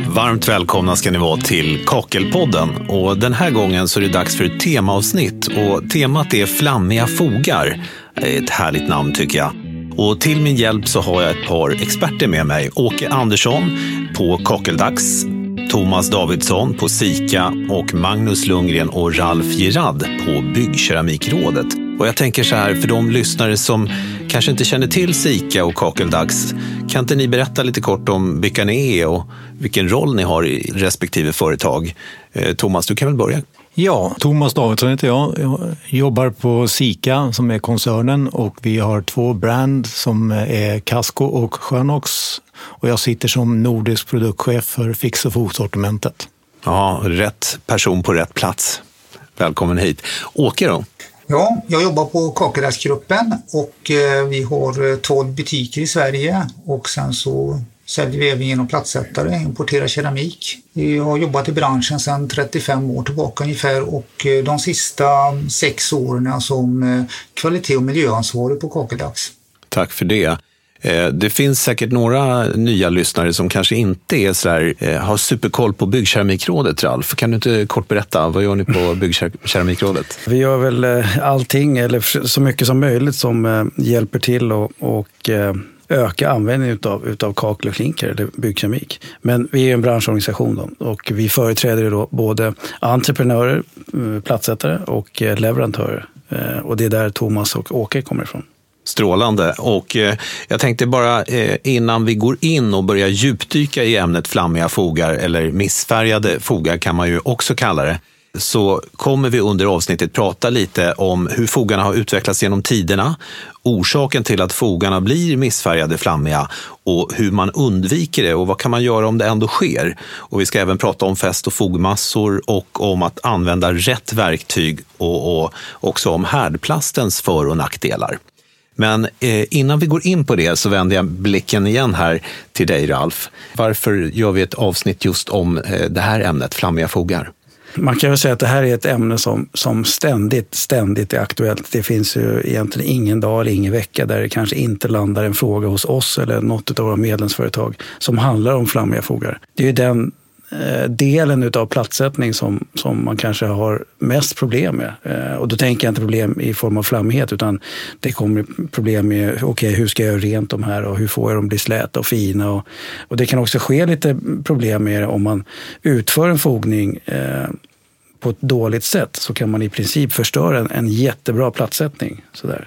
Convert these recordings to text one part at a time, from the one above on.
Varmt välkomna ska ni vara till Kakelpodden. Och den här gången så är det dags för ett temaavsnitt. Och temat är flammiga fogar. Ett härligt namn tycker jag. Och till min hjälp så har jag ett par experter med mig. Åke Andersson på Kakeldags, Thomas Davidsson på Sika och Magnus Lundgren och Ralf Girard på Byggkeramikrådet. Och jag tänker så här, för de lyssnare som kanske inte känner till Sika och Kakeldags, kan inte ni berätta lite kort om vilka ni är och vilken roll ni har i respektive företag? Thomas, du kan väl börja? Ja, Thomas Davidsson heter jag. Jag jobbar på Sika som är koncernen och vi har 2 brand som är Casco och Schönox. Och jag sitter som nordisk produktchef för fix- och fotsortimentet. Ja, rätt person på rätt plats. Välkommen hit. Åke då? Ja, jag jobbar på Kakeldagsgruppen och vi har 12 butiker i Sverige och sen så säljer vi även genom plattsättare, importerar keramik. Vi har jobbat i branschen sedan 35 år tillbaka ungefär och de sista 6 åren som kvalitet- och miljöansvarig på Kakeldags. Tack för det. Det finns säkert några nya lyssnare som kanske inte är så där, har superkoll på Byggkeramikrådet, Ralf. Kan du inte kort berätta, vad gör ni på Byggkeramikrådet? Vi gör väl allting, eller så mycket som möjligt som hjälper till och öka användningen utav kakel och klinker eller byggkeramik. Men vi är en branschorganisation då, och vi företräder då både entreprenörer, plattsättare och leverantörer. Och det är där Thomas och Åke kommer ifrån. Strålande. Och jag tänkte bara innan vi går in och börjar djupdyka i ämnet flammiga fogar eller missfärgade fogar kan man ju också kalla det, så kommer vi under avsnittet prata lite om hur fogarna har utvecklats genom tiderna, orsaken till att fogarna blir missfärgade flammiga och hur man undviker det och vad kan man göra om det ändå sker. Och vi ska även prata om fäst- och fogmassor och om att använda rätt verktyg och också om härdplastens för- och nackdelar. Men innan vi går in på det så vänder jag blicken igen här till dig, Ralf. Varför gör vi ett avsnitt just om det här ämnet, flammiga fogar? Man kan väl säga att det här är ett ämne som ständigt är aktuellt. Det finns ju egentligen ingen dag eller ingen vecka där det kanske inte landar en fråga hos oss eller något av våra medlemsföretag som handlar om flammiga fogar. Det är ju den delen utav plattsättning som man kanske har mest problem med. Och då tänker jag inte problem i form av flammighet utan det kommer problem med hur ska jag göra rent de här och hur får jag dem bli släta och fina. Och det kan också ske lite problem med om man utför en fogning på ett dåligt sätt så kan man i princip förstöra en jättebra plattsättning.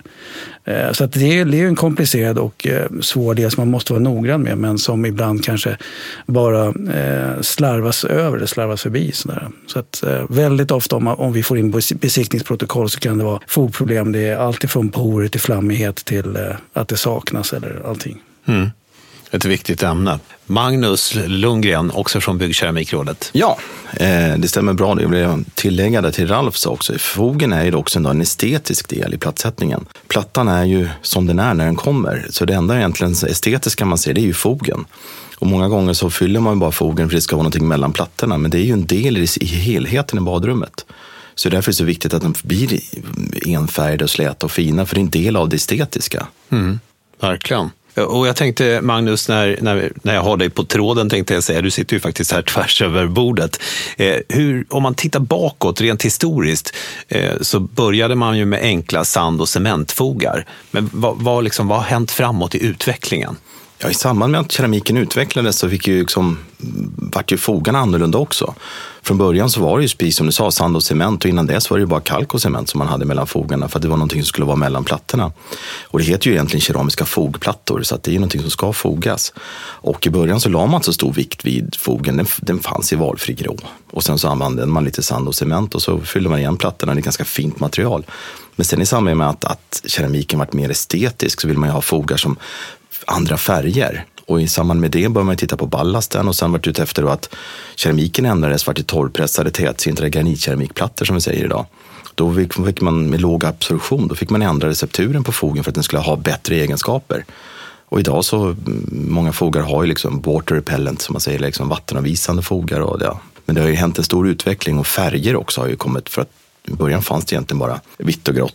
Så att det är en komplicerad och svår del som man måste vara noggrann med men som ibland kanske bara slarvas över eller slarvas förbi. Så att väldigt ofta om vi får in besiktningsprotokoll så kan det vara fogproblem. Det är allt ifrån porer till flammighet till att det saknas eller allting. Mm. Ett viktigt ämne. Magnus Lundgren, också från Byggkeramikrådet. Ja, det stämmer bra. Det vill tillägga det till Ralf också. Fogen är ju också en estetisk del i plattsättningen. Plattan är ju som den är när den kommer. Så det enda egentligen estetiska man ser det är ju fogen. Och många gånger så fyller man bara fogen för det ska vara någonting mellan plattorna. Men det är ju en del i helheten i badrummet. Så därför är det så viktigt att de blir enfärgade och släta och fina. För det är en del av det estetiska. Mm, verkligen. Och jag tänkte, Magnus, när jag har dig på tråden tänkte jag säga, du sitter ju faktiskt här tvärs över bordet. Om man tittar bakåt rent historiskt så började man ju med enkla sand- och cementfogar. Men vad har hänt framåt i utvecklingen? Ja, i samband med att keramiken utvecklades så vart ju fogarna annorlunda också. Från början så var det ju spis som du sa, sand och cement och innan dess var det ju bara kalk och cement som man hade mellan fogarna för att det var någonting som skulle vara mellan plattorna. Och det heter ju egentligen keramiska fogplattor så att det är ju någonting som ska fogas. Och i början så la man så stor vikt vid fogen, den fanns i valfri grå. Och sen så använde man lite sand och cement och så fyllde man igen plattorna, det är ganska fint material. Men sen i samband med att keramiken varit mer estetisk så vill man ju ha fogar som andra färger. Och i samband med det bör man titta på ballasten och sen varit ute efter att keramiken ändrades för till torrpressade tätsintrade granitkeramikplattor som vi säger idag. Då fick man med låg absorption, då fick man ändra recepturen på fogen för att den skulle ha bättre egenskaper. Och idag så många fogar har ju liksom water repellent som man säger, liksom vattenavvisande fogar och det. Men det har ju hänt en stor utveckling och färger också har ju kommit för att i början fanns det egentligen bara vitt och grått.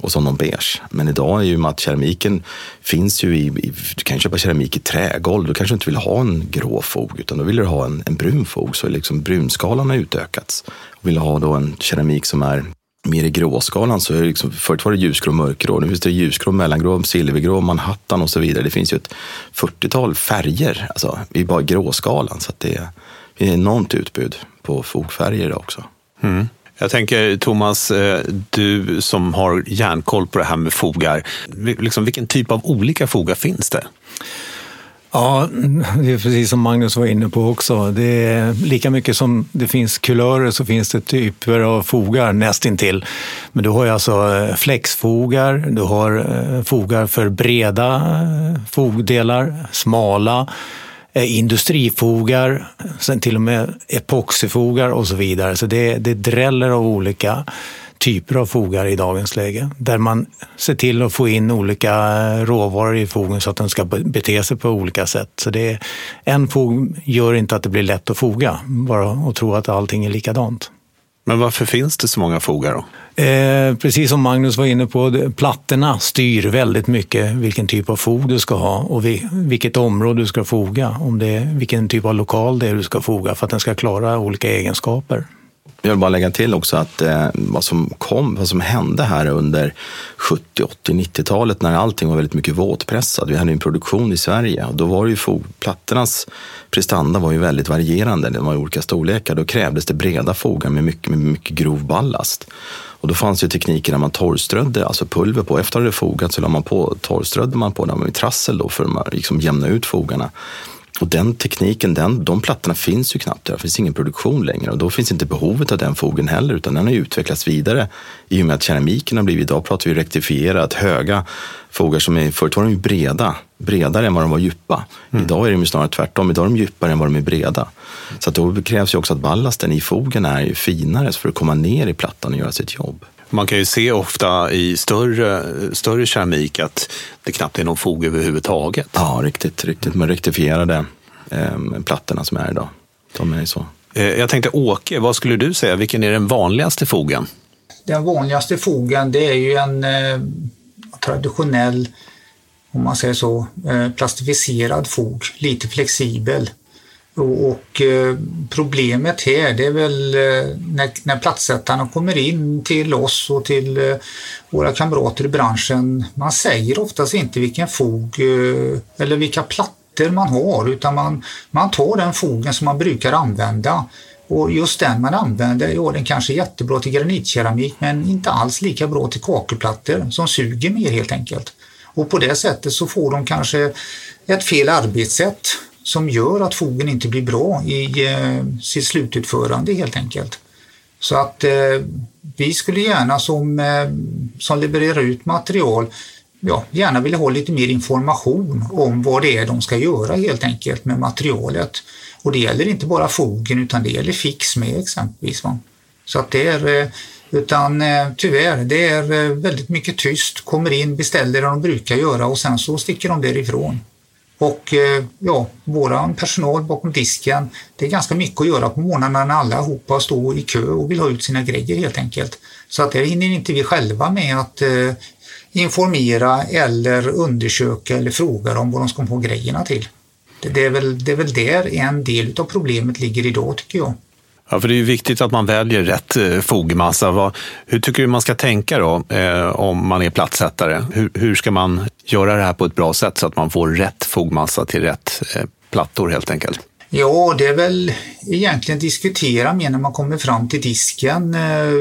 och så någon beige. Men idag är ju med att keramiken finns ju du kan köpa keramik i trägolv. Du kanske inte vill ha en grå fog utan då vill du ha en brun fog. Så liksom brunskalan har utökats. Vill du ha då en keramik som är mer i gråskalan så är det liksom, förut var det ljusgrå och mörkgrå. Nu finns det ljusgrå, mellangrå, silvergrå, Manhattan och så vidare. Det finns ju ett 40-tal färger alltså, i bara gråskalan. Så att det är enormt utbud på fogfärger också. Mm. Jag tänker, Thomas, du som har järnkoll på det här med fogar. Liksom, vilken typ av olika fogar finns det? Ja, det är precis som Magnus var inne på också. Det är lika mycket som det finns kulörer så finns det typer av fogar nästintill. Men du har ju alltså flexfogar, du har fogar för breda fogdelar, smala, industrifogar, sen till och med epoxyfogar och så vidare. Så det dräller av olika typer av fogar i dagens läge. Där man ser till att få in olika råvaror i fogen så att den ska bete sig på olika sätt. Så en fog gör inte att det blir lätt att foga, bara att tro att allting är likadant. Men varför finns det så många fogar då? Precis som Magnus var inne på, plattorna styr väldigt mycket vilken typ av fog du ska ha och vilket område du ska foga. Vilken typ av lokal det är du ska foga för att den ska klara olika egenskaper. Jag vill bara lägga till också att vad som hände här under 70, 80, 90-talet när allting var väldigt mycket våtpressad. Vi hade en produktion i Sverige och då var ju plattornas prestanda var ju väldigt varierande. Det var olika storlekar. Då krävdes det breda fogar med mycket grov ballast. Och då fanns ju tekniker där man torrströdde, alltså pulver på. Efter det fogat så torrströdde man på det med trassel då för att liksom jämna ut fogarna. Och den tekniken, de plattorna finns ju knappt. Det finns ingen produktion längre och då finns inte behovet av den fogen heller utan den har utvecklats vidare i och med att keramiken har blivit, idag pratar vi rektifierat, höga fogar som är, förut var de ju bredare än vad de var djupa. Idag är de ju snarare tvärtom, idag är de djupare än vad de är breda. Så att då krävs ju också att ballasten i fogen är ju finare för att komma ner i plattan och göra sitt jobb. Man kan ju se ofta i större keramik att det knappt är någon fog överhuvudtaget. Ja, riktigt. Man rektifierade plattorna som är idag. De är så. Jag tänkte, Åke, vad skulle du säga? Vilken är den vanligaste fogen? Den vanligaste fogen, det är ju en traditionell, om man säger så, plastificerad fog. Lite flexibel. Och problemet här, det är väl när plattsättarna kommer in till oss och till våra kamrater i branschen. Man säger oftast inte vilken fog eller vilka plattor man har, utan man tar den fogen som man brukar använda. Och just den man använder, den kanske är jättebra till granitkeramik men inte alls lika bra till kakelplattor som suger mer helt enkelt. Och på det sättet så får de kanske ett fel arbetssätt som gör att fogen inte blir bra i sitt slututförande helt enkelt. Så att vi skulle gärna som levererar ut material gärna vilja ha lite mer information om vad det är de ska göra helt enkelt med materialet. Och det gäller inte bara fogen utan det gäller fix med exempelvis. Va? Så att det är, tyvärr, det är väldigt mycket tyst, kommer in, beställer det de brukar göra och sen så sticker de därifrån. Och våran personal bakom disken, det är ganska mycket att göra på morgnarna när alla hoppar står i kö och vill ha ut sina grejer helt enkelt. Så att det hinner inte vi själva med att informera eller undersöka eller fråga dem vad de ska få grejerna till. Det är väl där en del av problemet ligger idag tycker jag. Ja, för det är ju viktigt att man väljer rätt fogmassa. Hur tycker du man ska tänka då om man är plattsättare? Hur ska man göra det här på ett bra sätt så att man får rätt fogmassa till rätt plattor helt enkelt? Ja, det är väl egentligen diskutera med när man kommer fram till disken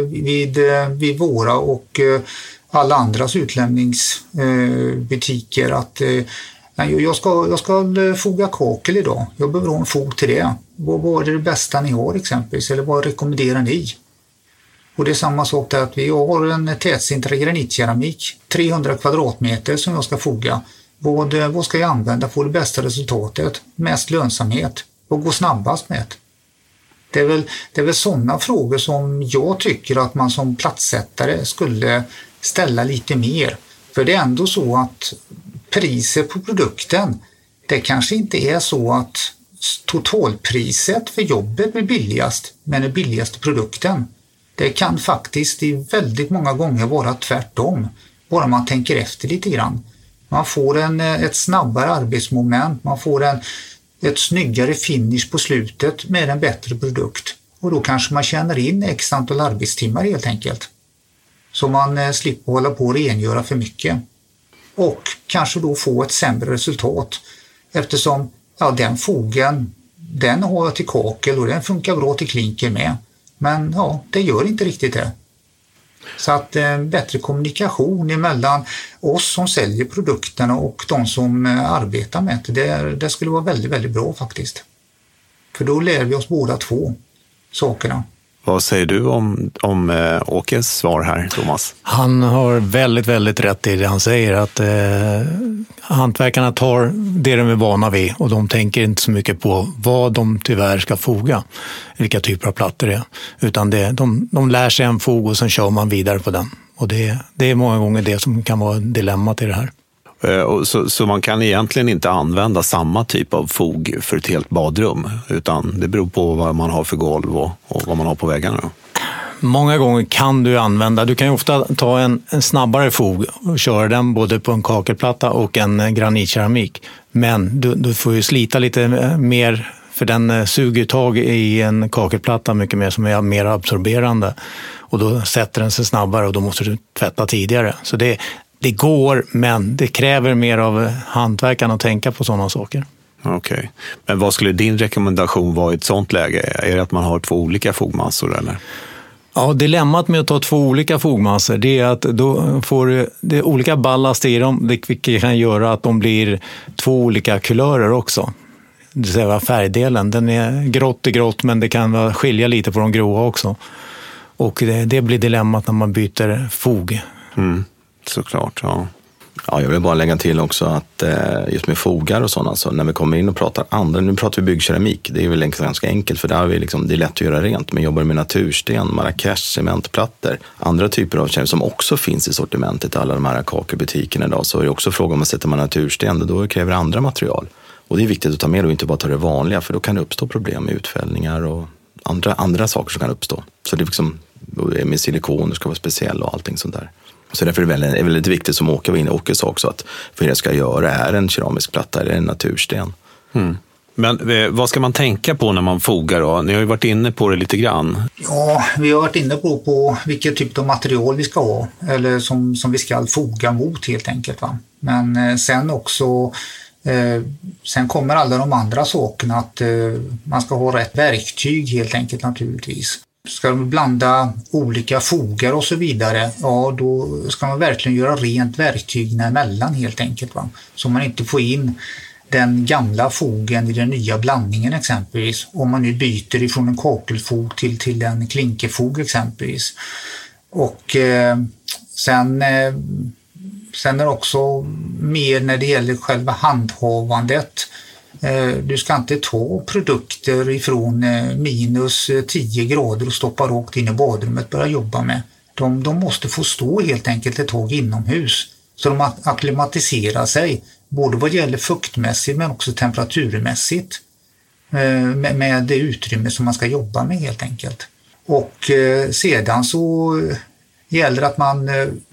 vid våra och alla andras utlämningsbutiker att jag ska foga kakel idag. Jag behöver ha en fog till det. Vad är det bästa ni har exempelvis? Eller vad rekommenderar ni? Och det är samma sak där att vi har en tätsintrad granitkeramik. 300 kvadratmeter som jag ska foga. Vad ska jag använda för det bästa resultatet? Mest lönsamhet? Vad går snabbast med? Det är väl sådana frågor som jag tycker att man som plattsättare skulle ställa lite mer. För det är ändå så att priset på produkten, det kanske inte är så att totalpriset för jobbet blir billigast, men den billigaste produkten. Det kan faktiskt i väldigt många gånger vara tvärtom. bara man tänker efter lite grann. Man får ett snabbare arbetsmoment, man får ett snyggare finish på slutet med en bättre produkt. Och då kanske man tjänar in x antal arbetstimmar helt enkelt. Så man slipper hålla på och rengöra för mycket. Och kanske då få ett sämre resultat. Eftersom den fogen, den har jag till kakel och den funkar bra till klinker med. Men det gör inte riktigt det. Så att bättre kommunikation emellan oss som säljer produkterna och de som arbetar med det skulle vara väldigt, väldigt bra faktiskt. För då lär vi oss båda två sakerna. Vad säger du om Åkes svar här, Thomas? Han har väldigt, väldigt rätt i det han säger, att hantverkarna tar det de är vana vid och de tänker inte så mycket på vad de tyvärr ska foga, vilka typer av plattor det är. Utan de lär sig en fog och sen kör man vidare på den. Och det är många gånger det som kan vara dilemmat i det här. Så man kan egentligen inte använda samma typ av fog för ett helt badrum, utan det beror på vad man har för golv och vad man har på väggarna då? Många gånger kan du kan ju ofta ta en snabbare fog och köra den både på en kakelplatta och en granitkeramik. Men du får ju slita lite mer, för den suger tag i en kakelplatta mycket mer som är mer absorberande. Och då sätter den sig snabbare och då måste du tvätta tidigare. Så det går, men det kräver mer av hantverkarna att tänka på sådana saker. Okej. Men vad skulle din rekommendation vara i ett sådant läge? Är det att man har 2 olika fogmassor eller? Ja, dilemmat med att ta 2 olika fogmassor, det är att då får det olika ballast i dem, vilket kan göra att de blir 2 olika kulörer också. Det vill säga färgdelen, den är grått, men det kan skilja lite på de gråa också. Och det blir dilemmat när man byter fog. Såklart, ja. Ja, jag vill bara lägga till också att just med fogar och sådana, så när vi kommer in och pratar nu pratar vi byggkeramik, det är väl ganska enkelt för där har vi det är lätt att göra rent, men jobbar med natursten, Marrakesh, cementplattor, andra typer av keramik som också finns i sortimentet i alla de här kakelbutikerna idag, så är det också frågan om man sätter natursten, då kräver det andra material. Och det är viktigt att ta med och inte bara ta det vanliga, för då kan det uppstå problem med utfällningar och andra saker som kan uppstå. Så det är med silikon, det ska vara speciell och allting sånt där. Så därför är det väldigt viktigt, som Åke sa också, att för det ska göra är en keramisk platta eller en natursten. Men vad ska man tänka på när man fogar då? Ni har ju varit inne på det lite grann. Ja, vi har varit inne på vilket typ av material vi ska ha, eller som vi ska foga mot helt enkelt. Va? Men sen också, sen kommer alla de andra sakerna, att man ska ha rätt verktyg helt enkelt naturligtvis. Ska de blanda olika fogar och så vidare, då ska man verkligen göra rent verktyg emellan helt enkelt. Va? Så man inte får in den gamla fogen i den nya blandningen exempelvis. Om man nu byter ifrån en kakelfog till en klinkerfog exempelvis. Och sen är det också mer när det gäller själva handhavandet. Du ska inte ta produkter ifrån minus 10 grader och stoppa rakt in i badrummet och börja jobba med. De måste få stå helt enkelt ett tag inomhus. Så de akklimatiserar sig, både vad gäller fuktmässigt men också temperaturmässigt. Med det utrymme som man ska jobba med helt enkelt. Och sedan så gäller det att man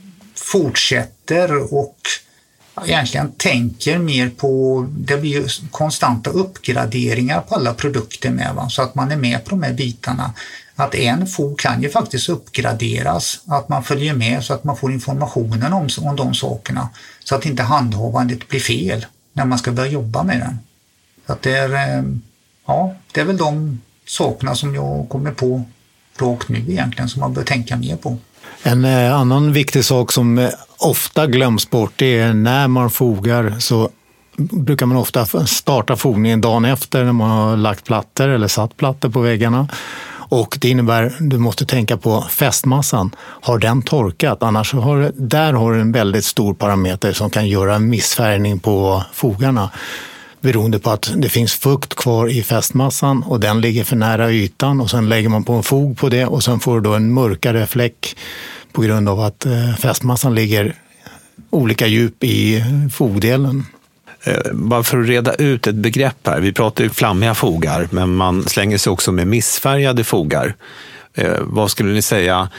fortsätter och egentligen tänker mer på, det blir konstanta uppgraderingar på alla produkter med, va? Så att man är med på de här bitarna. Att en fog kan ju faktiskt uppgraderas, att man följer med så att man får informationen om de sakerna, så att inte handhavandet blir fel när man ska börja jobba med den. Så att det är väl de sakerna som jag kommer på rakt nu egentligen, som man bör tänka mer på. En annan viktig sak som ofta glöms bort, det är när man fogar, så brukar man ofta starta fogningen dagen efter när man har lagt plattor eller satt plattor på väggarna. Och det innebär att du måste tänka på fästmassan. Har den torkat? Annars har du en väldigt stor parameter som kan göra en missfärgning på fogarna. Beroende på att det finns fukt kvar i fästmassan och den ligger för nära ytan, och sen lägger man på en fog på det och sen får du då en mörkare fläck på grund av att fästmassan ligger olika djup i fogdelen. Bara för att reda ut ett begrepp här. Vi pratar ju flammiga fogar, men man slänger sig också med missfärgade fogar. Vad skulle ni säga?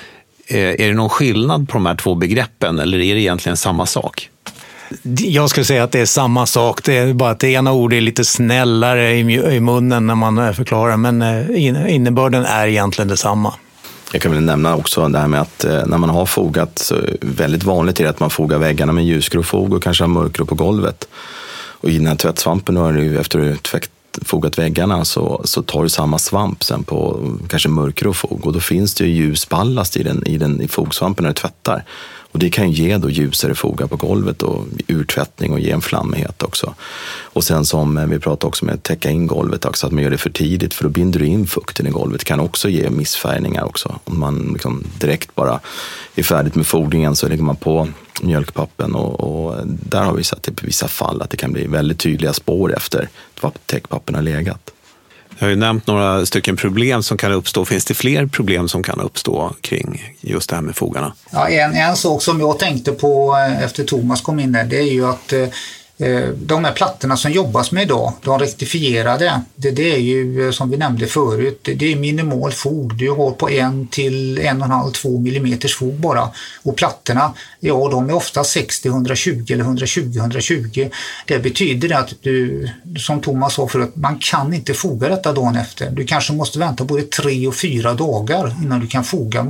Är det någon skillnad på de här två begreppen eller är det egentligen samma sak? Jag skulle säga att det är samma sak. Det är bara att det ena ordet är lite snällare i munnen när man förklarar, men innebörden är egentligen detsamma. Jag kan väl nämna också det här med att när man har fogat, så väldigt vanligt är det att man fogar väggarna med ljusgrå fog och kanske har mörkgrå på golvet. Och i den här tvättsvampen då, efter att du fogat väggarna så tar du samma svamp sen på kanske mörkgrå fog och då finns det ju ljusballast i fogsvampen när du tvättar. Och det kan ju ge då ljusare fogar på golvet och urtvättning och ge en flammighet också. Och sen som vi pratade också med att täcka in golvet också, att man gör det för tidigt för då binder du in fukten i golvet. Det kan också ge missfärgningar också. Om man liksom direkt bara är färdigt med fogningen så lägger man på mjölkpappen och där har vi sett i vissa fall att det kan bli väldigt tydliga spår efter att täckpappen har legat. Jag har ju nämnt några stycken problem som kan uppstå. Finns det fler problem som kan uppstå kring just det här med fogarna? Ja, en sak som jag tänkte på efter Thomas kom in där, det är ju att de här plattorna som jobbas med idag, de rektifierade, det är ju som vi nämnde förut, det är minimal fog. Du har på 1 till 1,5-2 millimeters fog bara. Och plattorna, ja, de är ofta 60-120 eller 120-120. Det betyder att du, som Thomas sa förut, man kan inte foga detta dagen efter. Du kanske måste vänta både 3 och 4 dagar innan du kan foga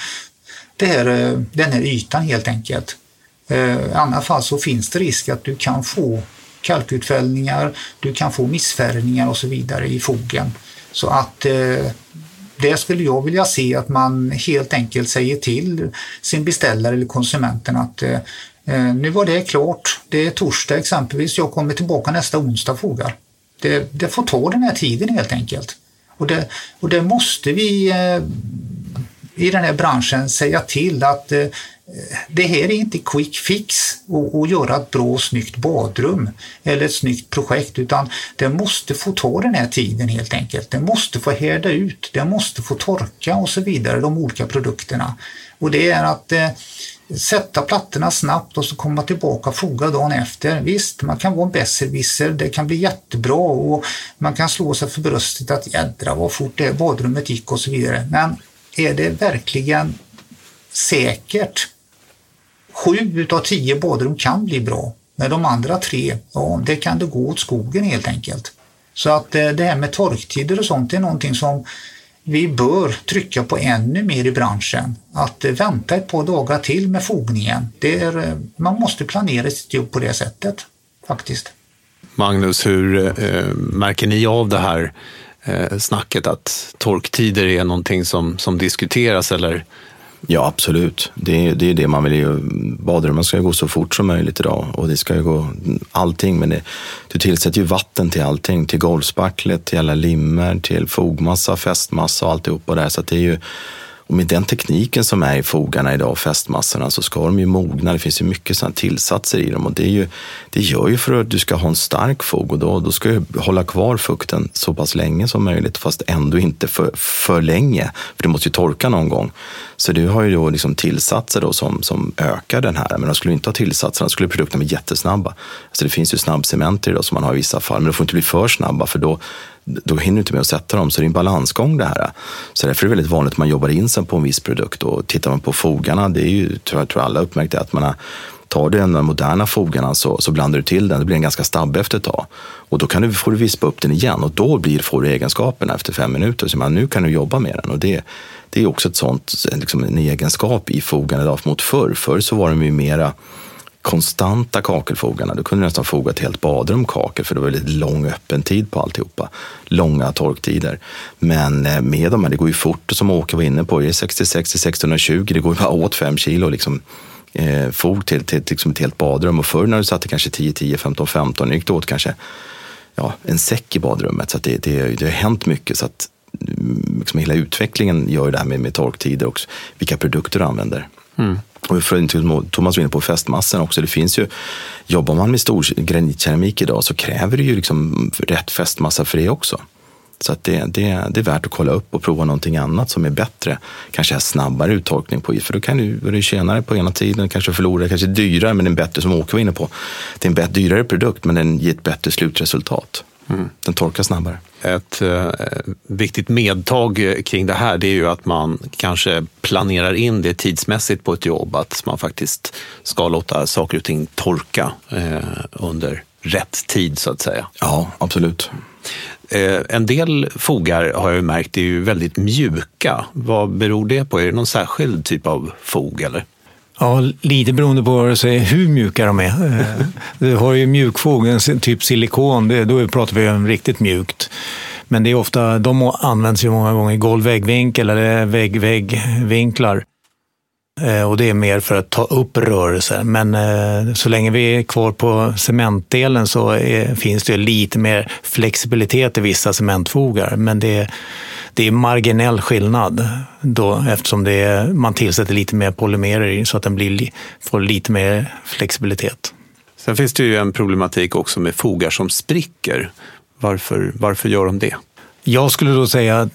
den här ytan helt enkelt. I annat fall så finns det risk att du kan få kalkutfällningar, du kan få missfärgningar och så vidare i fogen. Så att det skulle jag vilja se att man helt enkelt säger till sin beställare eller konsumenten att nu var det klart, det är torsdag exempelvis, jag kommer tillbaka nästa onsdag fogar. Det får ta den här tiden helt enkelt. Och det måste vi i den här branschen säga till att det här är inte quick fix och göra ett bra och snyggt badrum eller ett snyggt projekt, utan det måste få ta den här tiden helt enkelt. Det måste få härda ut, det måste få torka och så vidare, de olika produkterna. Och det är att sätta plattorna snabbt och så komma tillbaka och foga dagen efter. Visst, man kan vara en besserwisser, det kan bli jättebra och man kan slå sig för bröstet att jädra vad fort det badrummet gick och så vidare. Men är det verkligen säkert? 7 av 10 badrum kan bli bra. Men de andra 3, ja, det kan det gå åt skogen helt enkelt. Så att det här med torktider och sånt är någonting som vi bör trycka på ännu mer i branschen. Att vänta ett par dagar till med fogningen. Man måste planera sitt jobb på det sättet faktiskt. Magnus, hur märker ni av det här snacket att torktider är någonting som diskuteras eller? Ja, absolut. Det är det man vill ju. Badrummen ska ju gå så fort som möjligt idag och det ska ju gå allting, men du tillsätter ju vatten till allting, till golvspacklet, till alla limmer, till fogmassa, fästmassa och alltihopa där, så att det är ju, och med den tekniken som är i fogarna idag, fästmassorna, så ska de ju mogna. Det finns ju mycket sådana tillsatser i dem och det gör ju för att du ska ha en stark fog och då ska du hålla kvar fukten så pass länge som möjligt, fast ändå inte för länge, för det måste ju torka någon gång. Så du har ju då liksom tillsatser då som ökar den här, men de skulle inte ha tillsatserna, skulle produkterna bli jättesnabba. Alltså det finns ju snabbcementer idag som man har i vissa fall, men de får inte bli för snabba för då hinner du inte med att sätta dem, så det är en balansgång det här. Så därför är det väldigt vanligt att man jobbar in sig på en viss produkt och tittar man på fogarna, det är ju, tror alla uppmärkt att man tar du en av de moderna fogarna så blandar du till den, det blir en ganska stabb efter ett tag. Och då får du vispa upp den igen och då får du egenskaperna efter 5 minuter, så nu kan du jobba med den och det är också ett sånt, liksom en egenskap i fogarna idag mot förr. Förr så var de ju mera konstanta kakelfogarna. Du kunde nästan foga ett helt badrum kakel för det var väldigt lång öppen tid på alltihopa. Långa torktider. Men med de här, det går ju fort som Åke var inne på. Det är 66-1620, det går ju bara åt 5 kilo liksom, fog till liksom ett helt badrum. Och förr när du satte kanske 10, 15, gick det åt kanske en säck i badrummet. Så att det har hänt mycket, så att liksom hela utvecklingen gör ju det här med torktider och vilka produkter du använder. Mm. Och för att Thomas var inne på fästmassan också, det finns ju, jobbar man med stor granitkeramik idag så kräver det ju liksom rätt fästmassa för det också. Så att det är värt att kolla upp och prova någonting annat som är bättre, kanske snabbare uttorkning på, för då kan du tjäna på ena tiden, kanske förlora, kanske dyrare, men den bättre, som Åke var inne på, det är en dyrare produkt men den ger ett bättre slutresultat. Den torkar snabbare. Ett viktigt medtag kring det här, det är ju att man kanske planerar in det tidsmässigt på ett jobb, att man faktiskt ska låta saker och ting torka under rätt tid så att säga. Ja, absolut. En del fogar har jag ju märkt är ju väldigt mjuka. Vad beror det på? Är det någon särskild typ av fog eller? Ja, lite beroende på hur mjuka de är. Du har ju mjukfog, typ silikon, då pratar vi om riktigt mjukt. Men det är ofta, de används ju många gånger i golv-väggvinkel eller vägg-väggvinklar. Och det är mer för att ta upp rörelser. Men så länge vi är kvar på cementdelen så finns det lite mer flexibilitet i vissa cementfogar. Men det är marginell skillnad då, eftersom man tillsätter lite mer polymerer i så att den får lite mer flexibilitet. Sen finns det ju en problematik också med fogar som spricker. Varför gör de det? Jag skulle då säga att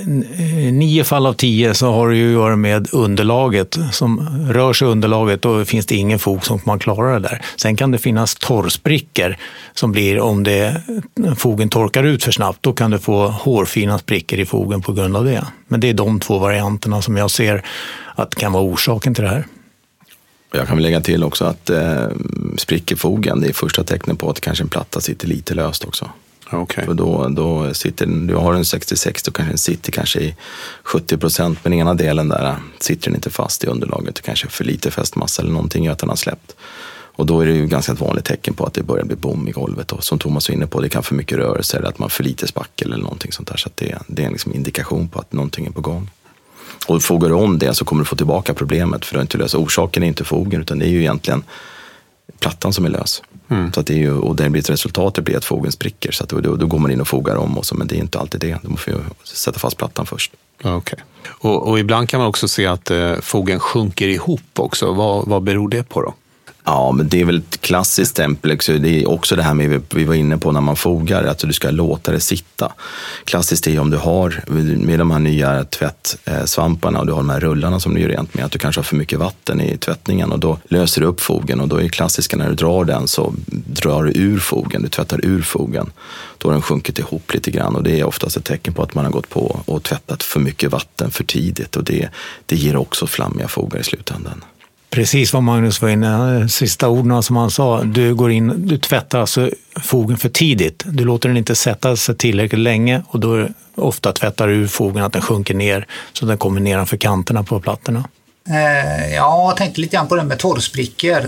9 fall av 10 så har det ju att göra med underlaget. Som rör sig underlaget, då finns det ingen fog som man klarar det där. Sen kan det finnas torrsprickor som blir, om fogen torkar ut för snabbt, då kan du få hårfina sprickor i fogen på grund av det. Men det är de 2 varianterna som jag ser att kan vara orsaken till det här. Jag kan väl lägga till också att spricker fogen, det är första tecknet på att kanske en platta sitter lite löst också. Okay. För då sitter du har en 66, då kanske den sitter kanske i 70%, men ena delen där sitter den inte fast i underlaget, kanske för lite fästmassa eller någonting gör att den har släppt. Och då är det ju ganska ett vanligt tecken på att det börjar bli bom i golvet. Och som Thomas var inne på, det kan för mycket rörelse eller att man för lite spackel eller någonting sånt där. Så att det är en liksom indikation på att någonting är på gång. Och fogar du om det så kommer du få tillbaka problemet, för det är inte lösa. Orsaken är inte fogen, utan det är ju egentligen plattan som är lös. Så att det är ju, och det blir ett resultat, det blir att fogen spricker. Så att då går man in och fogar om, och så, men det är inte alltid det. Då måste ju sätta fast plattan först. Okay. Och ibland kan man också se att fogen sjunker ihop också. Vad beror det på då? Ja, men det är väl ett klassiskt exempel. Det är också det här med vi var inne på när man fogar, att du ska låta det sitta. Klassiskt är om du har med de här nya tvättsvamparna och du har de här rullarna som du gör rent med, att du kanske har för mycket vatten i tvättningen, och då löser du upp fogen, och då är klassiska när du drar den så drar du ur fogen, du tvättar ur fogen. Då har den sjunkit ihop lite grann, och det är oftast ett tecken på att man har gått på och tvättat för mycket vatten för tidigt, och det ger också flammiga fogar i slutändan. Precis vad Magnus var inne, sista orden som han sa, du tvättar alltså fogen för tidigt. Du låter den inte sätta sig tillräckligt länge, och då ofta tvättar du ur fogen att den sjunker ner så den kommer nedanför kanterna på plattorna. Jag tänkte lite grann på det med torrsprickor.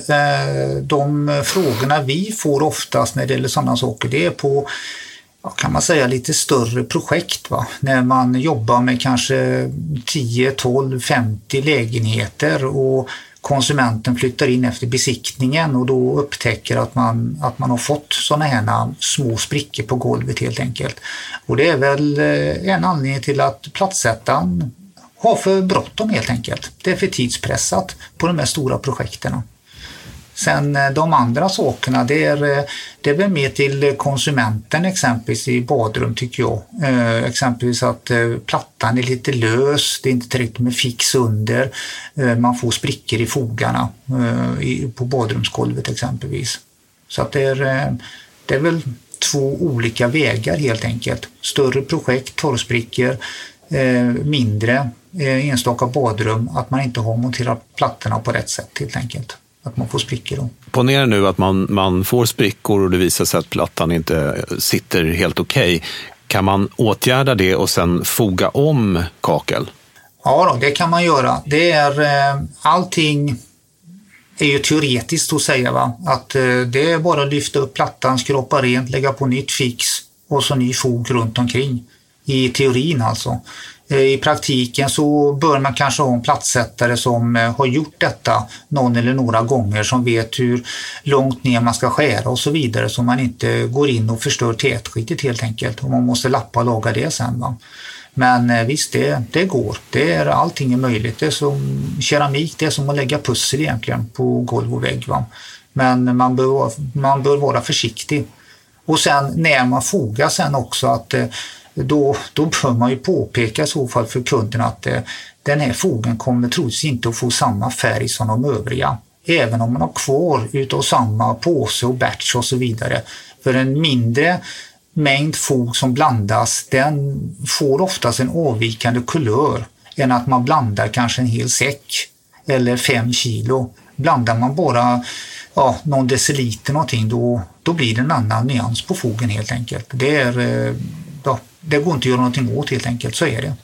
De frågorna vi får oftast när det gäller sådana saker, det är på, kan man säga, lite större projekt, va? När man jobbar med kanske 10, 12, 50 lägenheter och konsumenten flyttar in efter besiktningen och då upptäcker att man har fått sådana här små sprickor på golvet helt enkelt. Och det är väl en anledning till att plattsättaren har för bråttom helt enkelt. Det är för tidspressat på de här stora projekterna. Sen de andra sakerna, det är väl mer till konsumenten, exempelvis i badrum tycker jag. Exempelvis att plattan är lite lös, det är inte tillräckligt med fix under. Man får sprickor i fogarna på badrumsgolvet exempelvis. Så att det är väl 2 olika vägar helt enkelt. Större projekt, torrsprickor, mindre enstaka badrum, att man inte har monterat plattorna på rätt sätt helt enkelt. Att man får sprickor då. Ponera nu att man får sprickor och det visar sig att plattan inte sitter helt okej. Kan man åtgärda det och sen foga om kakel? Ja då, det kan man göra. Det är allting är ju teoretiskt att säga, va? Att det är bara att lyfta upp plattan, skrapa rent, lägga på nytt fix och så ny fog runt omkring. I teorin alltså. I praktiken så bör man kanske ha en plattsättare som har gjort detta någon eller några gånger, som vet hur långt ner man ska skära och så vidare, så man inte går in och förstör tätskiktet helt enkelt, och man måste lappa och laga det sen, va? Men visst, det går. Allting är möjligt. Det är som keramik, det är som att lägga pussel egentligen på golv och vägg, va? Men man bör vara försiktig. Och sen när man fogar sen också, att då bör man ju påpeka i så fall för kunden att den här fogen kommer troligtvis inte att få samma färg som de övriga. Även om man har kvar utav samma påse och batch och så vidare. För en mindre mängd fog som blandas, den får oftast en avvikande kulör än att man blandar kanske en hel säck eller 5 kilo. Blandar man bara någon deciliter någonting, då blir det en annan nyans på fogen helt enkelt. Det går inte att göra någonting åt helt enkelt, så är det.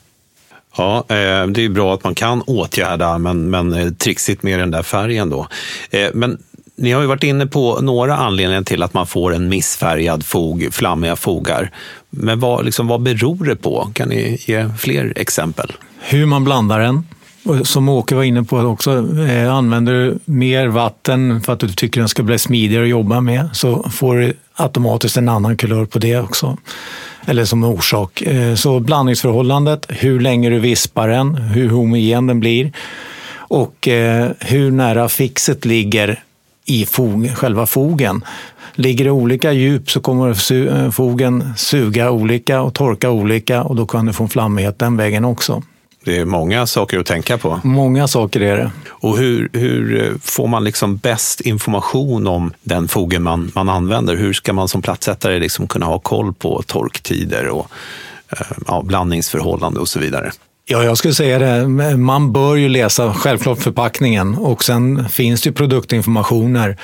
Ja, det är bra att man kan åtgärda, men trixigt med den där färgen då. Men ni har ju varit inne på några anledningar till att man får en missfärgad fog, flammiga fogar. Men vad beror det på? Kan ni ge fler exempel? Hur man blandar den. Och som Åke var inne på också, använder du mer vatten för att du tycker den ska bli smidigare att jobba med, så får du automatiskt en annan kulör på det också. Eller som orsak. Så blandningsförhållandet, hur länge du vispar den, hur homogen den blir och hur nära fixet ligger i själva fogen. Ligger det olika djup så kommer fogen suga olika och torka olika, och då kan du få en flammighet den vägen också. Det är många saker att tänka på. Många saker är det. Och hur får man bäst information om den fogen man använder? Hur ska man som plattsättare kunna ha koll på torktider och blandningsförhållande och så vidare? Ja, jag skulle säga det. Man bör ju läsa självklart förpackningen, och sen finns det ju produktinformationer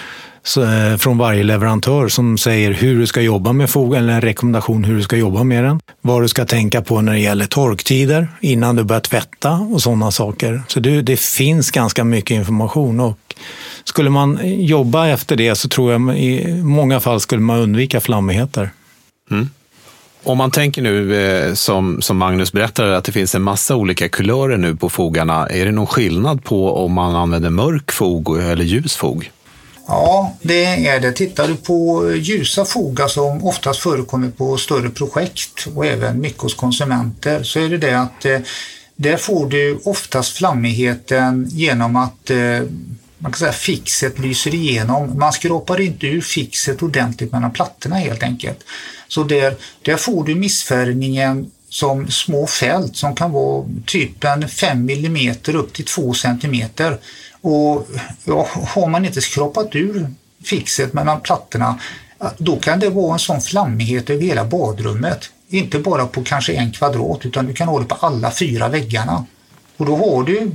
från varje leverantör som säger hur du ska jobba med fogen, eller en rekommendation hur du ska jobba med den. Vad du ska tänka på när det gäller torktider innan du börjar tvätta och sådana saker. Så det finns ganska mycket information, och skulle man jobba efter det så tror jag i många fall skulle man undvika flammigheter. Mm. Om man tänker nu som Magnus berättade att det finns en massa olika kulörer nu på fogarna, är det någon skillnad på om man använder mörk fog eller ljus fog? Ja, det är det. Tittar du på ljusa fogar som oftast förekommer på större projekt och även mycket hos konsumenter, så är det att där får du oftast flammigheten genom att man kan säga fixet lyser igenom. Man skrapar inte ur fixet ordentligt mellan plattorna helt enkelt. Så där får du missfärgningen som små fält som kan vara typen 5 mm upp till 2 cm. Och har man inte skrapat ur fixet mellan plattorna, då kan det vara en sån flammighet över hela badrummet. Inte bara på kanske 1 kvadrat, utan du kan ha det på alla 4 väggarna. Och då har du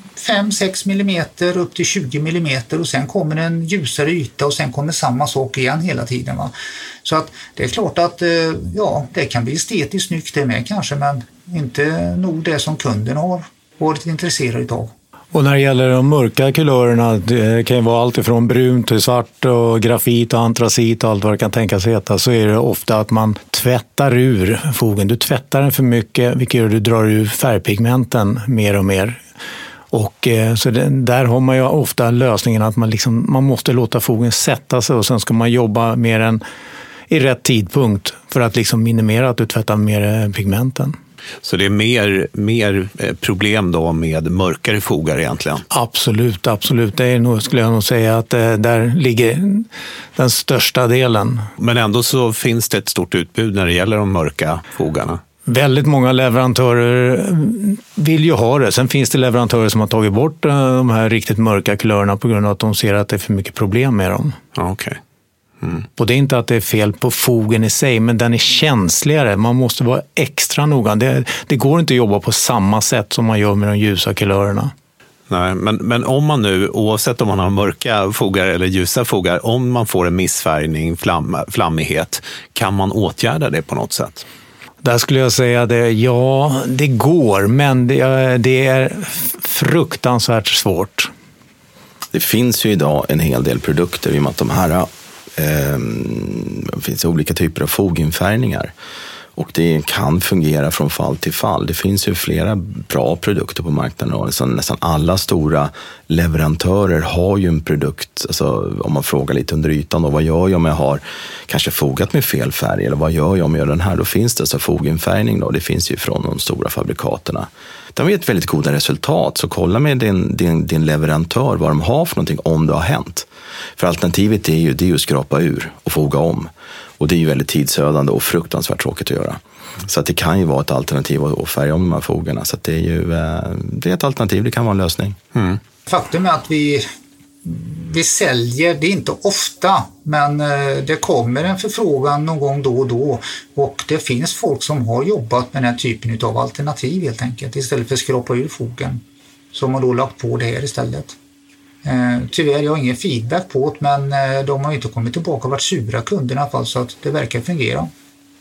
5-6 mm upp till 20 mm, och sen kommer en ljusare yta och sen kommer samma sak igen hela tiden. Va? Så att det är klart att det kan bli estetiskt snyggt det med kanske, men inte nog det som kunden har varit intresserad av. Och när det gäller de mörka kulörerna, det kan ju vara allt ifrån brunt till svart och grafit och antracit och allt vad det kan tänkas heta, så är det ofta att man tvättar ur fogen. Du tvättar den för mycket, vilket gör att du drar ur färgpigmenten mer och mer. Och så där har man ju ofta lösningen att man måste låta fogen sätta sig, och sen ska man jobba med den i rätt tidpunkt för att minimera att du tvättar mer pigmenten. Så det är mer problem då med mörkare fogar egentligen? Absolut. Det är nog, skulle jag nog säga, att där ligger den största delen. Men ändå så finns det ett stort utbud när det gäller de mörka fogarna? Väldigt många leverantörer vill ju ha det. Sen finns det leverantörer som har tagit bort de här riktigt mörka kulörerna på grund av att de ser att det är för mycket problem med dem. Okej. Mm. Och det är inte att det är fel på fogen i sig, men den är känsligare. Man måste vara extra noga. Det går inte att jobba på samma sätt som man gör med de ljusa kulörerna. Nej, men om man nu, oavsett om man har mörka fogar eller ljusa fogar, om man får en missfärgning, flammighet, kan man åtgärda det på något sätt? Där skulle jag säga det går, men det är fruktansvärt svårt. Det finns ju idag en hel del produkter i och med att de här finns olika typer av foginfärgningar. Och det kan fungera från fall till fall. Det finns ju flera bra produkter på marknaden. Och nästan alla stora leverantörer har ju en produkt. Alltså, om man frågar lite under ytan då, vad gör jag om jag har kanske fogat med fel färg? Eller vad gör jag om jag gör den här? Då finns det så foginfärgning då. Det finns ju från de stora fabrikaterna. De har ett väldigt goda resultat. Så kolla med din leverantör vad de har för någonting om det har hänt. För alternativet är ju att skrapa ur och foga om. Och det är ju väldigt tidsödande och fruktansvärt tråkigt att göra. Så att det kan ju vara ett alternativ att färga om de här fogarna. Så att det är ett alternativ, det kan vara en lösning. Mm. Faktum är att vi vi säljer, det är inte ofta, men det kommer en förfrågan någon gång då och då, och det finns folk som har jobbat med den här typen av alternativ helt enkelt. Istället för att skrapa ur fogen så har man då lagt på det här istället. Tyvärr, jag har ingen feedback på det, men de har inte kommit tillbaka och varit sura kunderna i alla fall, så att det verkar fungera.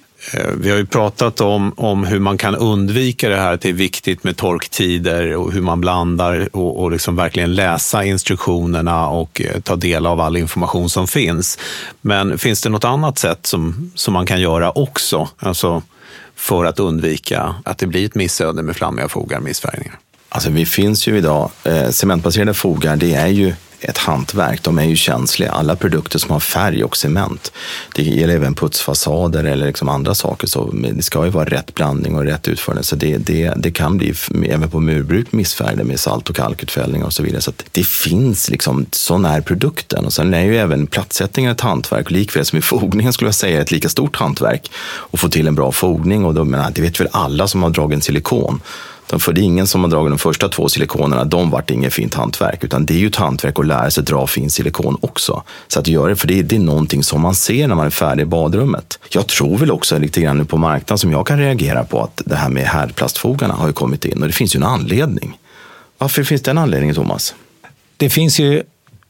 Vi har ju pratat om hur man kan undvika det här, att det är viktigt med torktider och hur man blandar och liksom verkligen läsa instruktionerna och ta del av all information som finns. Men finns det något annat sätt som man kan göra också, alltså för att undvika att det blir ett missöde med flammiga fogar, missfärgningar? Alltså vi finns ju idag, cementbaserade fogar, det är ju ett hantverk, de är ju känsliga. Alla produkter som har färg och cement, det gäller även putsfasader eller liksom andra saker, så det ska ju vara rätt blandning och rätt utförande, så det kan bli även på murbruk missfärgade med salt- och kalkutfällning och så vidare, så att det finns liksom, sån är produkten. Och sen är ju även plattsättningen ett hantverk, och likväl som i fogningen skulle jag säga ett lika stort hantverk och få till en bra fogning, och då, men det vet väl alla som har dragit en silikon. För det är ingen som har dragit de första 2 silikonerna, de vart inget fint hantverk, utan det är ju ett hantverk att lära sig dra fin silikon också. Så att göra det, för det är någonting som man ser när man är färdig i badrummet. Jag tror väl också lite grann nu på marknaden som jag kan reagera på, att det här med härdplastfogarna har ju kommit in, och det finns ju en anledning. Varför finns det en anledning, Thomas? Det finns ju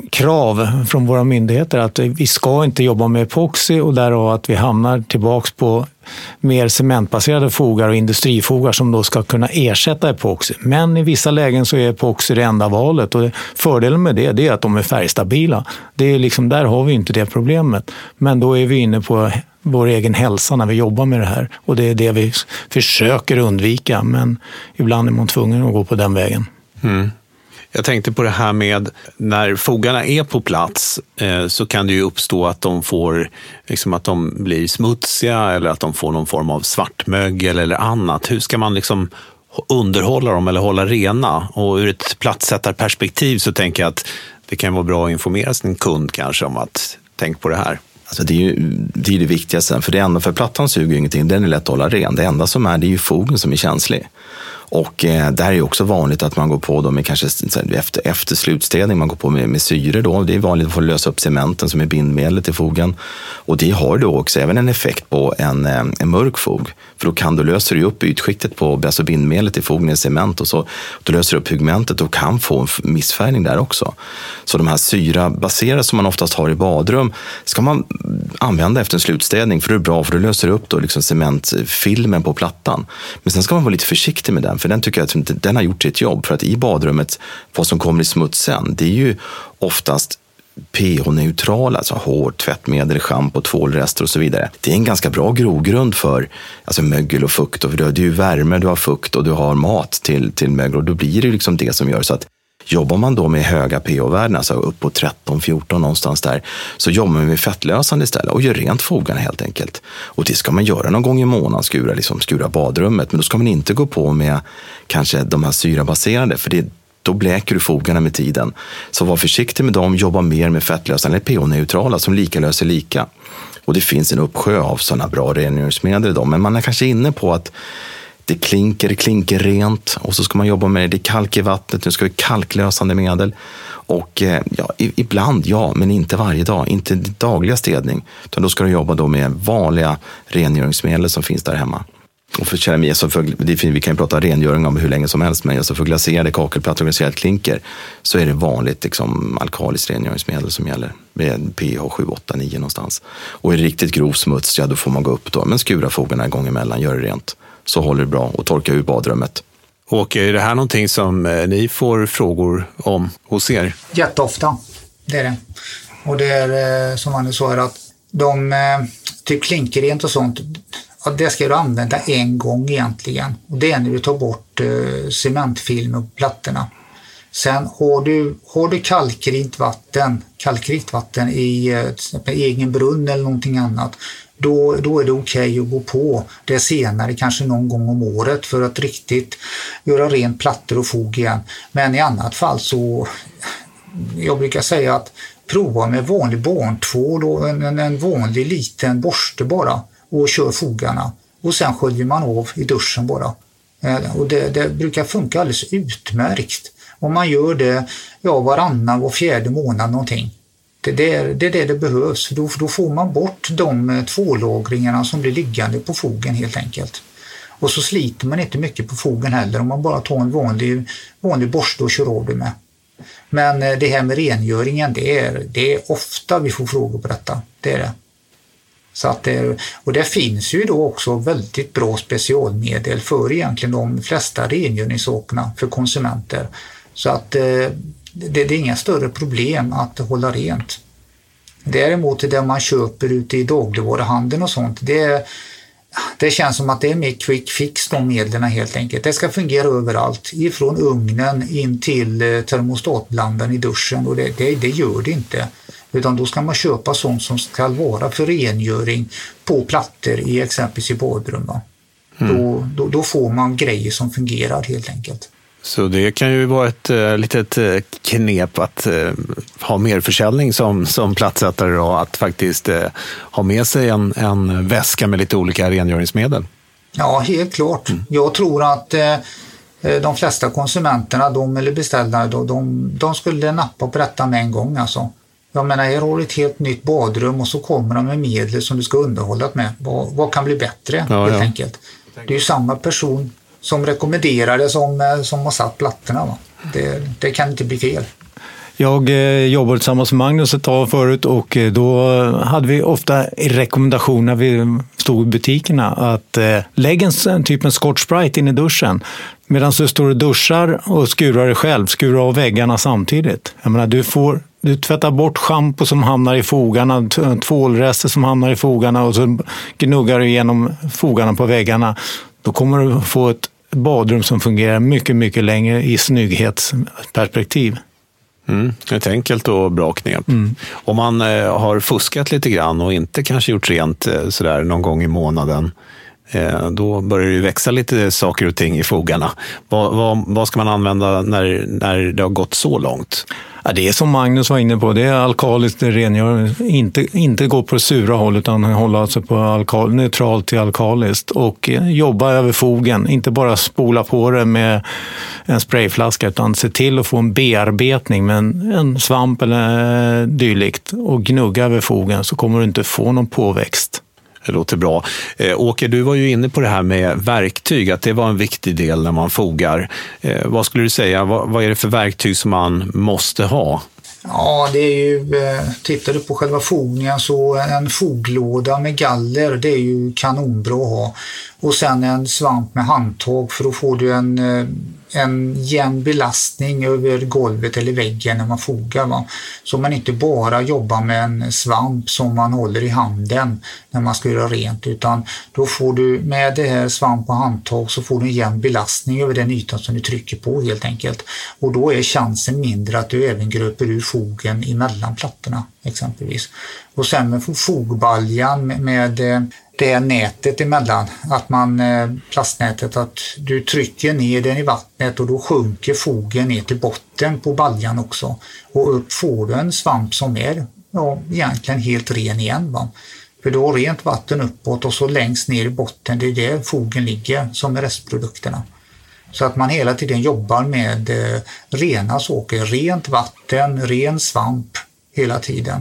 krav från våra myndigheter att vi ska inte jobba med epoxy, och därav att vi hamnar tillbaks på mer cementbaserade fogar och industrifogar som då ska kunna ersätta epoxy. Men i vissa lägen så är epoxy det enda valet, och fördelen med det är att de är färgstabila. Det är liksom, där har vi inte det problemet. Men då är vi inne på vår egen hälsa när vi jobbar med det här, och det är det vi försöker undvika, men ibland är man tvungen att gå på den vägen. Mm. Jag tänkte på det här med när fogarna är på plats så kan det ju uppstå att de får liksom, att de blir smutsiga eller att de får någon form av svartmögel eller annat. Hur ska man liksom underhålla dem eller hålla rena? Och ur ett platssättarperspektiv så tänker jag att det kan vara bra att informera sin kund kanske om att tänk på det här. Alltså det är ju det viktigaste, för det enda, för plattan suger ingenting, den är lätt att hålla ren. Det enda som är, det är ju fogen som är känslig. Och där är ju också vanligt att man går på dem med kanske efter slutstädning, man går på med syre då. Det är vanligt att få lösa upp cementen som är bindmedlet i fogen. Och det har då också även en effekt på en mörk fog. För då kan du lösa upp ytskiktet på alltså bindmedlet i fogen i cement, och så då löser du upp pigmentet och kan få en missfärgning där också. Så de här syrabaserade som man oftast har i badrum ska man använda efter en slutstädning, för det är bra, för du löser upp då liksom cementfilmen på plattan. Men sen ska man vara lite försiktig med den, för den tycker jag att den har gjort sitt jobb. För att i badrummet, vad som kommer i smutsen, det är ju oftast pH-neutrala, alltså hårt tvättmedel, schampo, tvålrester och så vidare. Det är en ganska bra grogrund för alltså mögel och fukt. Och det är ju värme, du har fukt och du har mat till mögel, och då blir det liksom det som gör så att jobbar man då med höga pH-värden, alltså upp på 13-14 någonstans där, så jobbar man med fettlösande istället och gör rent fogarna helt enkelt. Och det ska man göra någon gång i månaden, skura badrummet, men då ska man inte gå på med kanske de här syrabaserade, för då bläker du fogarna med tiden. Så var försiktig med dem, jobba mer med fettlösande eller pH-neutrala som lika löser lika. Och det finns en uppsjö av sådana bra rengöringsmedel idag, men man är kanske inne på att det klinker rent, och så ska man jobba med det kalk i vattnet, nu ska vi kalklösande medel. Och ja, ibland, ja, men inte varje dag, inte dagliga städning, utan då ska du jobba då med vanliga rengöringsmedel som finns där hemma. Och för keramik, vi kan ju prata rengöring om hur länge som helst, men alltså för glaserade kakelplattor och glaserat klinker så är det vanligt liksom alkaliskt rengöringsmedel som gäller med pH 7, 8, 9 någonstans. Och är det riktigt grov smuts, ja då får man gå upp då, men skura fogarna en gång emellan, gör det rent. Så håller det bra och torka ur badrummet. Och är det här någonting som ni får frågor om hos er? Jätteofta, det är det. Och det är som man sa att de typ klinkerrent och sånt, ja, det ska du använda en gång egentligen. Och det är när du tar bort cementfilm på plattorna. Sen har du kalkrikt vatten i egen brunn eller någonting annat, då är det okej att gå på det senare, kanske någon gång om året, för att riktigt göra rent plattor och fog igen. Men i annat fall så, jag brukar säga att prova med vanlig barntvål och en vanlig liten borste bara, och kör fogarna. Och sen sköljer man av i duschen bara. Och det brukar funka alldeles utmärkt. Om man gör det varannan och fjärde månad någonting. Det är det behövs. Då får man bort de tvålagringarna som blir liggande på fogen helt enkelt. Och så sliter man inte mycket på fogen heller om man bara tar en vanlig borste och kör av det med. Men det här med rengöringen, det är ofta vi får frågor på detta. Det är det. Så att och det finns ju då också väldigt bra specialmedel för egentligen de flesta rengöringssakerna för konsumenter. Så att det är inga större problem att hålla rent. Däremot det man köper ute i dagligvaruhandeln och sånt, det känns som att det är mer quick fix de medlen helt enkelt. Det ska fungera överallt, ifrån ugnen in till termostatblandaren i duschen, och det gör det inte. Utan då ska man köpa sånt som ska vara för rengöring på plattor i exempelvis i badrum. Då får man grejer som fungerar helt enkelt. Så det kan ju vara ett litet knep att ha mer försäljning som plattsättare då, att faktiskt ha med sig en väska med lite olika rengöringsmedel. Ja, helt klart. Jag tror att de flesta konsumenterna, eller beställare, de skulle nappa på detta med en gång alltså. Jag menar, här har du ett helt nytt badrum och så kommer de med medel som du ska underhålla med. Vad kan bli bättre helt enkelt? Det är ju samma person som rekommenderar det som har satt plattorna. Va? Det kan inte bli fel. Jag jobbade tillsammans med Magnus ett tag förut, och då hade vi ofta i rekommendation när vi stod i butikerna att lägga en Scotch Brite in i duschen. Medan du står och duschar och skurar dig själv, skurar av väggarna samtidigt. Jag menar, du tvättar bort schampo som hamnar i fogarna, tvålrester som hamnar i fogarna, och så gnuggar du igenom fogarna på väggarna. Då kommer du få ett badrum som fungerar mycket, mycket längre i snygghetsperspektiv. Ett enkelt och bra knep. Om man har fuskat lite grann och inte kanske gjort rent sådär någon gång i månaden, då börjar det växa lite saker och ting i fogarna. Vad ska man använda när det har gått så långt? Ja, det är som Magnus var inne på, det är alkaliskt rengöring. Inte gå på det sura hållet, utan hålla sig på neutralt till alkaliskt, och jobba över fogen. Inte bara spola på det med en sprayflaska, utan se till att få en bearbetning med en svamp eller dylikt, och gnugga över fogen, så kommer du inte få någon påväxt. Det låter bra. Åke, du var ju inne på det här med verktyg, att det var en viktig del när man fogar. Vad skulle du säga, vad är det för verktyg som man måste ha? Ja, det är ju, tittar du på själva fogningen, så en foglåda med galler, det är ju kanonbra att ha. Och sen en svamp med handtag, för då får du en jämn belastning över golvet eller väggen när man fogar. Va? Så man inte bara jobbar med en svamp som man håller i handen när man ska göra rent, utan då får du med det här svamp och handtag, så får du en jämn belastning över den ytan som du trycker på helt enkelt. Och då är chansen mindre att du även gröper ur fogen emellan plattorna exempelvis. Och sen med fogbaljan med det nätet emellan, att plastnätet, att du trycker ner den i vattnet och då sjunker fogen ner till botten på baljan också, och upp får du en svamp som är egentligen helt ren igen. Va? För du har rent vatten uppåt, och så längst ner i botten, det är där fogen ligger som är restprodukterna. Så att man hela tiden jobbar med rena saker, rent vatten, ren svamp hela tiden.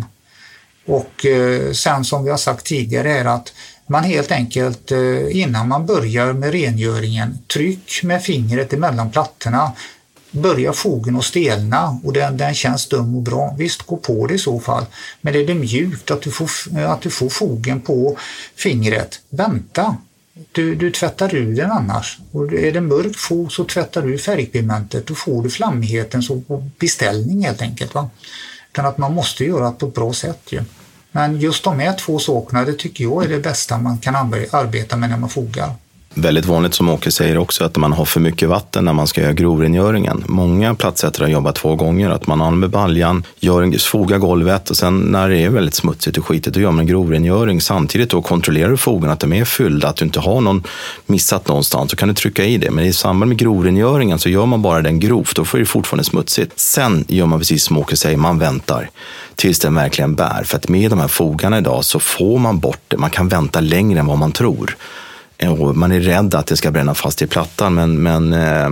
Och sen som vi har sagt tidigare är att man helt enkelt innan man börjar med rengöringen, tryck med fingret emellan plattorna, börjar fogen att stelna och den känns dum och bra. Visst, gå på det i så fall, men är det mjukt att du får fogen på fingret, vänta. Du tvättar ur den annars. Och är det mörk fog så tvättar du färgpigmentet, då får du flammigheten så på beställning helt enkelt. Va? Utan att man måste göra det på ett bra sätt ju. Men just de här två sakerna, det tycker jag är det bästa man kan arbeta med när man fogar. Väldigt vanligt, som Åke säger också, att man har för mycket vatten när man ska göra grovrengöringen. Många plattsättare jobbar 2 gånger. Att man använder baljan, fogar golvet, och sen när det är väldigt smutsigt och skitigt, då gör man en grovrengöring. Samtidigt då kontrollerar du fogen att de är fyllda, att du inte har någon missat någonstans, så kan du trycka i det. Men i samband med grovrengöringen så gör man bara den grovt, då får det fortfarande smutsigt. Sen gör man precis som Åke säger, man väntar tills den verkligen bär. För att med de här fogarna idag så får man bort det. Man kan vänta längre än vad man tror. Och man är rädd att det ska bränna fast i plattan, men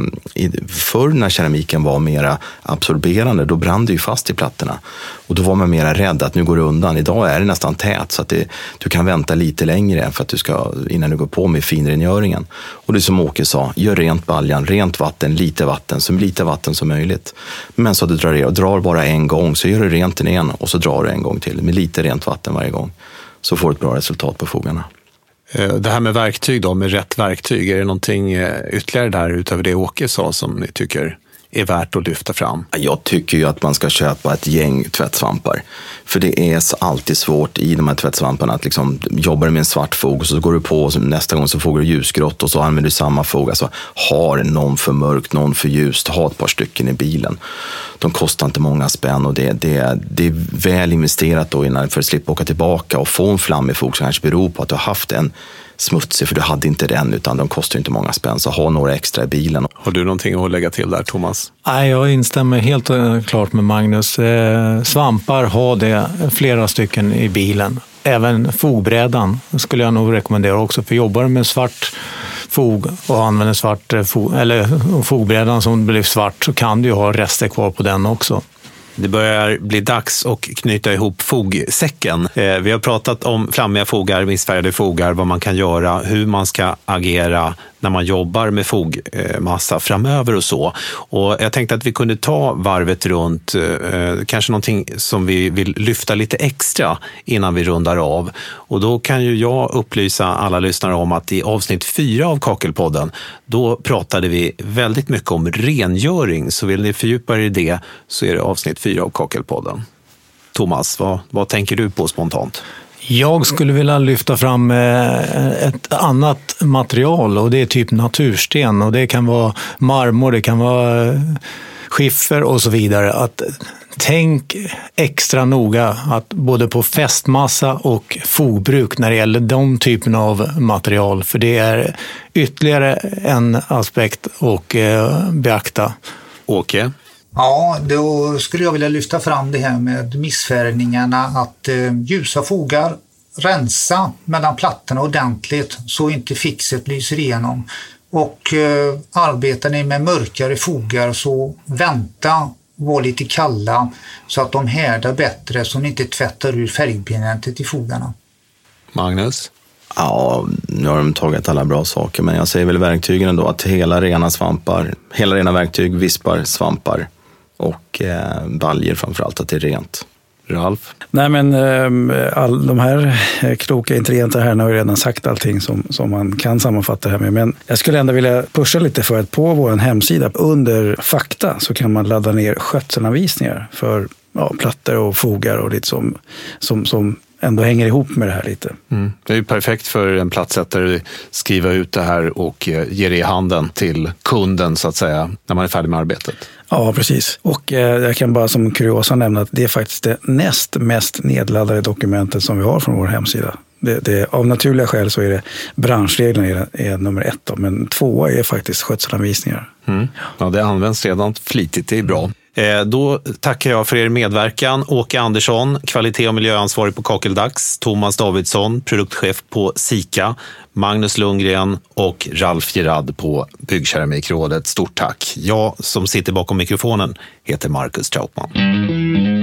förr när keramiken var mera absorberande, då brann det ju fast i plattorna. Och då var man mera rädd att nu går det undan. Idag är det nästan tät så att du kan vänta lite längre för att innan du går på med finrengöringen. Och det som Åke sa, gör rent baljan, rent vatten, så lite vatten som möjligt. Men så att du drar bara en gång, så gör du rent den igen och så drar du en gång till med lite rent vatten varje gång. Så får du ett bra resultat på fogarna. Det här med verktyg då, med rätt verktyg, är det någonting ytterligare där utöver det Åke sa som ni tycker är värt att lyfta fram? Jag tycker ju att man ska köpa ett gäng tvättsvampar. För det är alltid svårt i de här tvättsvamparna att liksom jobba med en svart fog och så går du på och nästa gång så får du ljusgrått och så använder du samma fog. Alltså, har någon för mörkt, någon för ljust, ha ett par stycken i bilen. De kostar inte många spänn och det är väl investerat då innan för att slippa åka tillbaka och få en flammig fog som kanske beror på att du har haft en smutsig, för du hade inte den, utan de kostar inte många spänn, så ha några extra i bilen. Har du någonting att lägga till där, Thomas? Nej, jag instämmer helt klart med Magnus. Svampar, ha det flera stycken i bilen. Även fogbrädan skulle jag nog rekommendera också, för jobbar du med svart fog och använder svart eller fogbrädan som blir svart, så kan du ju ha rester kvar på den också. Det börjar bli dags att knyta ihop fogsäcken. Vi har pratat om flammiga fogar, missfärgade fogar, vad man kan göra, hur man ska agera när man jobbar med fogmassa framöver och så. Och jag tänkte att vi kunde ta varvet runt, kanske någonting som vi vill lyfta lite extra innan vi rundar av. Och då kan ju jag upplysa alla lyssnare om att i avsnitt 4 av Kakelpodden, då pratade vi väldigt mycket om rengöring. Så vill ni fördjupa er i det, så är det avsnitt 4 av Kakelpodden. Thomas, vad tänker du på spontant? Jag skulle vilja lyfta fram ett annat material, och det är typ natursten, och det kan vara marmor, det kan vara skiffer och så vidare. Att tänk extra noga att både på fästmassa och fogbruk när det gäller de typerna av material, för det är ytterligare en aspekt att beakta. Åke? Ja, då skulle jag vilja lyfta fram det här med missfärgningarna, att ljusa fogar, rensa mellan plattorna ordentligt så inte fixet lyser igenom. Och arbetar ni med mörkare fogar, så vänta, var lite kalla så att de härdar bättre, så ni inte tvättar ur färgpigmentet i fogarna. Magnus? Ja, nu har de tagit alla bra saker, men jag säger väl verktygen ändå, att hela rena verktyg, vispar, svampar och baljer framförallt, att det är rent. Ralf? Nej, men de här kloka intelligenta herrarna har ju redan sagt allting som man kan sammanfatta det här med. Men jag skulle ändå vilja pusha lite för att på vår hemsida under fakta så kan man ladda ner skötselanvisningar för plattor och fogar och lite som ändå hänger ihop med det här lite. Mm. Det är ju perfekt för en plattsättare att skriva ut det här och ge det i handen till kunden så att säga när man är färdig med arbetet. Ja, precis. Och jag kan bara som kuriosa nämna att det är faktiskt det näst mest nedladdade dokumentet som vi har från vår hemsida. Av naturliga skäl så är det branschreglerna är nummer 1 då, men 2 är faktiskt skötselanvisningar. Mm. Ja, det används redan flitigt, det är bra. Då tackar jag för er medverkan. Åke Andersson, kvalitet- och miljöansvarig på Kakeldags, Thomas Davidsson, produktchef på Sika, Magnus Lundgren och Ralf Gerard på Byggkeramikrådet. Stort tack. Jag som sitter bakom mikrofonen heter Marcus Trautman.